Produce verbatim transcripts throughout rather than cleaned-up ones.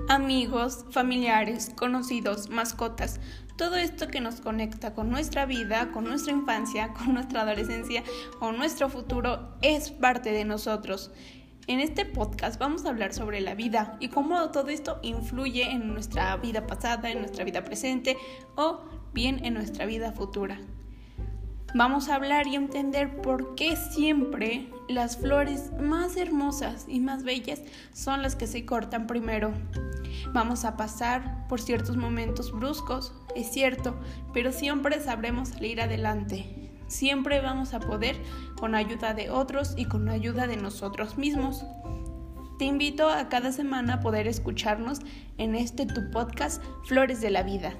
amigos, familiares, conocidos, mascotas, todo esto que nos conecta con nuestra vida, con nuestra infancia, con nuestra adolescencia o nuestro futuro es parte de nosotros. En este podcast vamos a hablar sobre la vida y cómo todo esto influye en nuestra vida pasada, en nuestra vida presente o bien en nuestra vida futura. Vamos a hablar y entender por qué siempre las flores más hermosas y más bellas son las que se cortan primero. Vamos a pasar por ciertos momentos bruscos, es cierto, pero siempre sabremos salir adelante. Siempre vamos a poder con ayuda de otros y con ayuda de nosotros mismos. Te invito a cada semana poder escucharnos en este tu podcast Flores de la Vida.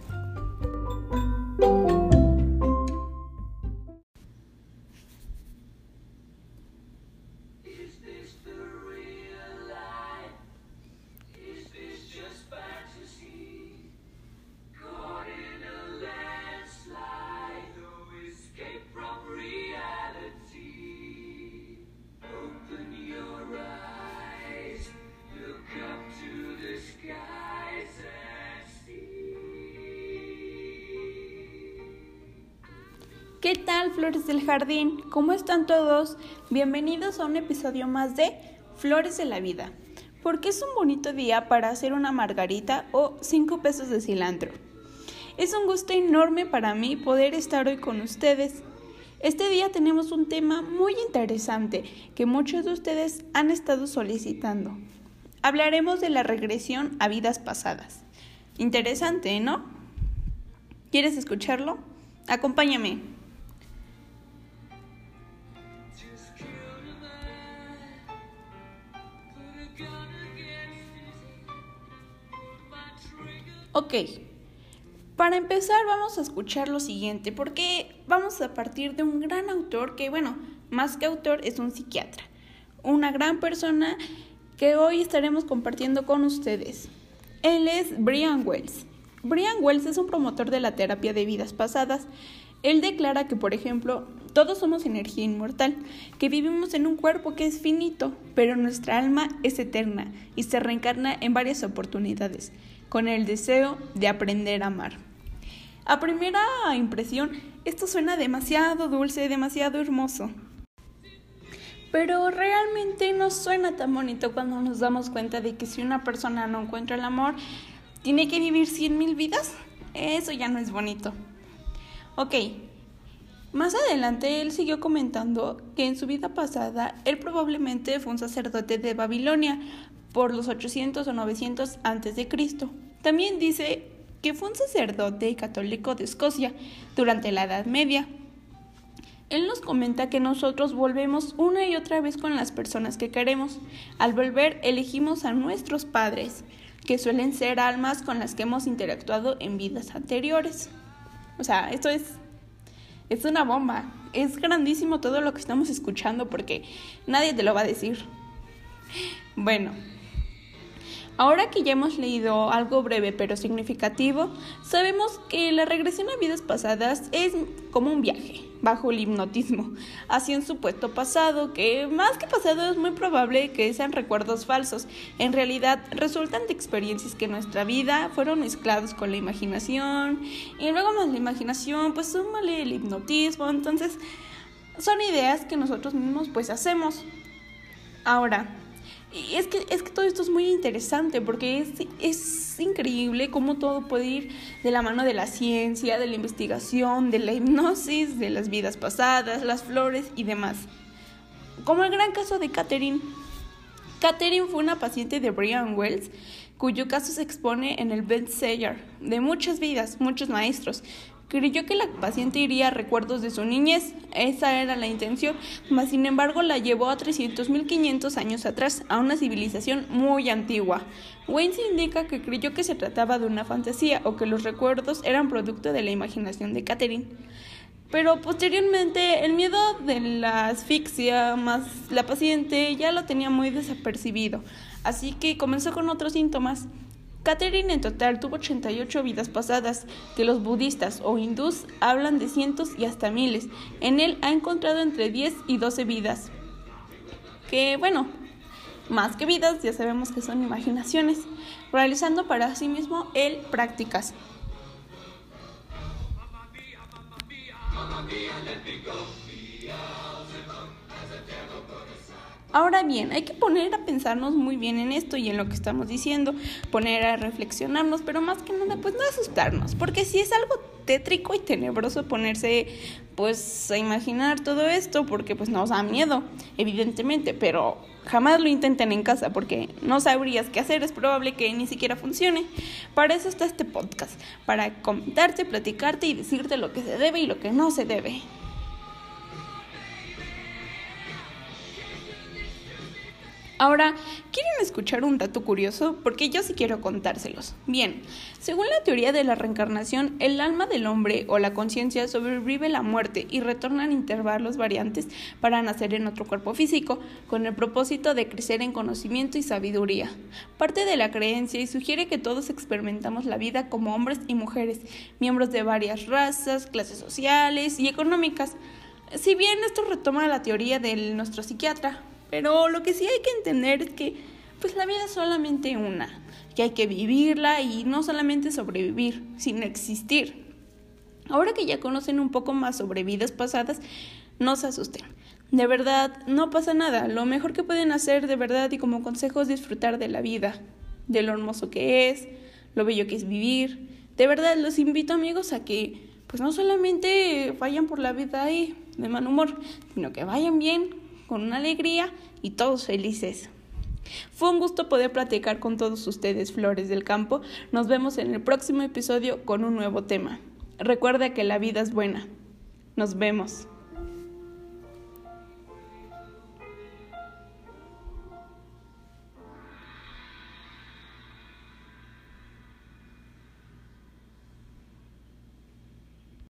¿Qué tal, flores del jardín? ¿Cómo están todos? Bienvenidos a un episodio más de Flores de la Vida. Porque es un bonito día para hacer una margarita o cinco pesos de cilantro. Es un gusto enorme para mí poder estar hoy con ustedes. Este día tenemos un tema muy interesante que muchos de ustedes han estado solicitando. Hablaremos de la regresión a vidas pasadas. Interesante, ¿no? ¿Quieres escucharlo? Acompáñame. Ok, para empezar vamos a escuchar lo siguiente, porque vamos a partir de un gran autor que, bueno, más que autor es un psiquiatra, una gran persona que hoy estaremos compartiendo con ustedes. Él es Brian Weiss. Brian Weiss es un promotor de la terapia de vidas pasadas. Él declara que, por ejemplo, todos somos energía inmortal, que vivimos en un cuerpo que es finito, pero nuestra alma es eterna y se reencarna en varias oportunidades, con el deseo de aprender a amar. A primera impresión, esto suena demasiado dulce, demasiado hermoso. Pero realmente no suena tan bonito cuando nos damos cuenta de que si una persona no encuentra el amor, ¿tiene que vivir cien mil vidas? Eso ya no es bonito. Ok, más adelante él siguió comentando que en su vida pasada él probablemente fue un sacerdote de Babilonia por los ochocientos o novecientos antes de Cristo. También dice que fue un sacerdote católico de Escocia durante la Edad Media. Él nos comenta que nosotros volvemos una y otra vez con las personas que queremos. Al volver elegimos a nuestros padres, que suelen ser almas con las que hemos interactuado en vidas anteriores. O sea, esto es, es una bomba. Es grandísimo todo lo que estamos escuchando porque nadie te lo va a decir. Bueno, ahora que ya hemos leído algo breve pero significativo, sabemos que la regresión a vidas pasadas es como un viaje bajo el hipnotismo hacia un supuesto pasado, que más que pasado es muy probable que sean recuerdos falsos. En realidad resultan de experiencias que en nuestra vida fueron mezclados con la imaginación, y luego más la imaginación, pues súmale el hipnotismo, entonces son ideas que nosotros mismos pues hacemos. Ahora, Y es que, es que todo esto es muy interesante porque es, es increíble cómo todo puede ir de la mano de la ciencia, de la investigación, de la hipnosis, de las vidas pasadas, las flores y demás. Como el gran caso de Catherine. Catherine fue una paciente de Brian Weiss, cuyo caso se expone en el bestseller de muchas vidas, muchos maestros. Creyó que la paciente iría a recuerdos de su niñez, esa era la intención, mas sin embargo la llevó a trescientos mil quinientos años atrás, a una civilización muy antigua. Weiss indica que creyó que se trataba de una fantasía o que los recuerdos eran producto de la imaginación de Catherine. Pero posteriormente el miedo de la asfixia más la paciente ya lo tenía muy desapercibido, así que comenzó con otros síntomas. Catherine en total tuvo ochenta y ocho vidas pasadas, que los budistas o hindús hablan de cientos y hasta miles. En él ha encontrado entre diez y doce vidas. Que bueno, más que vidas, ya sabemos que son imaginaciones, realizando para sí mismo el prácticas. Ahora bien, hay que poner a pensarnos muy bien en esto y en lo que estamos diciendo, poner a reflexionarnos, pero más que nada, pues no asustarnos, porque si es algo tétrico y tenebroso ponerse, pues, a imaginar todo esto, porque pues nos da miedo, evidentemente, pero jamás lo intenten en casa, porque no sabrías qué hacer, es probable que ni siquiera funcione. Para eso está este podcast, para comentarte, platicarte y decirte lo que se debe y lo que no se debe. Ahora, ¿quieren escuchar un dato curioso? Porque yo sí quiero contárselos. Bien, según la teoría de la reencarnación, el alma del hombre o la conciencia sobrevive la muerte y retorna en intervalos variantes para nacer en otro cuerpo físico, con el propósito de crecer en conocimiento y sabiduría. Parte de la creencia y sugiere que todos experimentamos la vida como hombres y mujeres, miembros de varias razas, clases sociales y económicas. Si bien esto retoma la teoría de nuestro psiquiatra, pero lo que sí hay que entender es que pues la vida es solamente una, que hay que vivirla y no solamente sobrevivir, sino existir. Ahora que ya conocen un poco más sobre vidas pasadas, no se asusten. De verdad, no pasa nada. Lo mejor que pueden hacer de verdad y como consejo es disfrutar de la vida, de lo hermoso que es, lo bello que es vivir. De verdad, los invito, amigos, a que pues no solamente vayan por la vida ahí de mal humor, sino que vayan bien, con una alegría y todos felices. Fue un gusto poder platicar con todos ustedes, Flores del Campo. Nos vemos en el próximo episodio con un nuevo tema. Recuerda que la vida es buena. Nos vemos.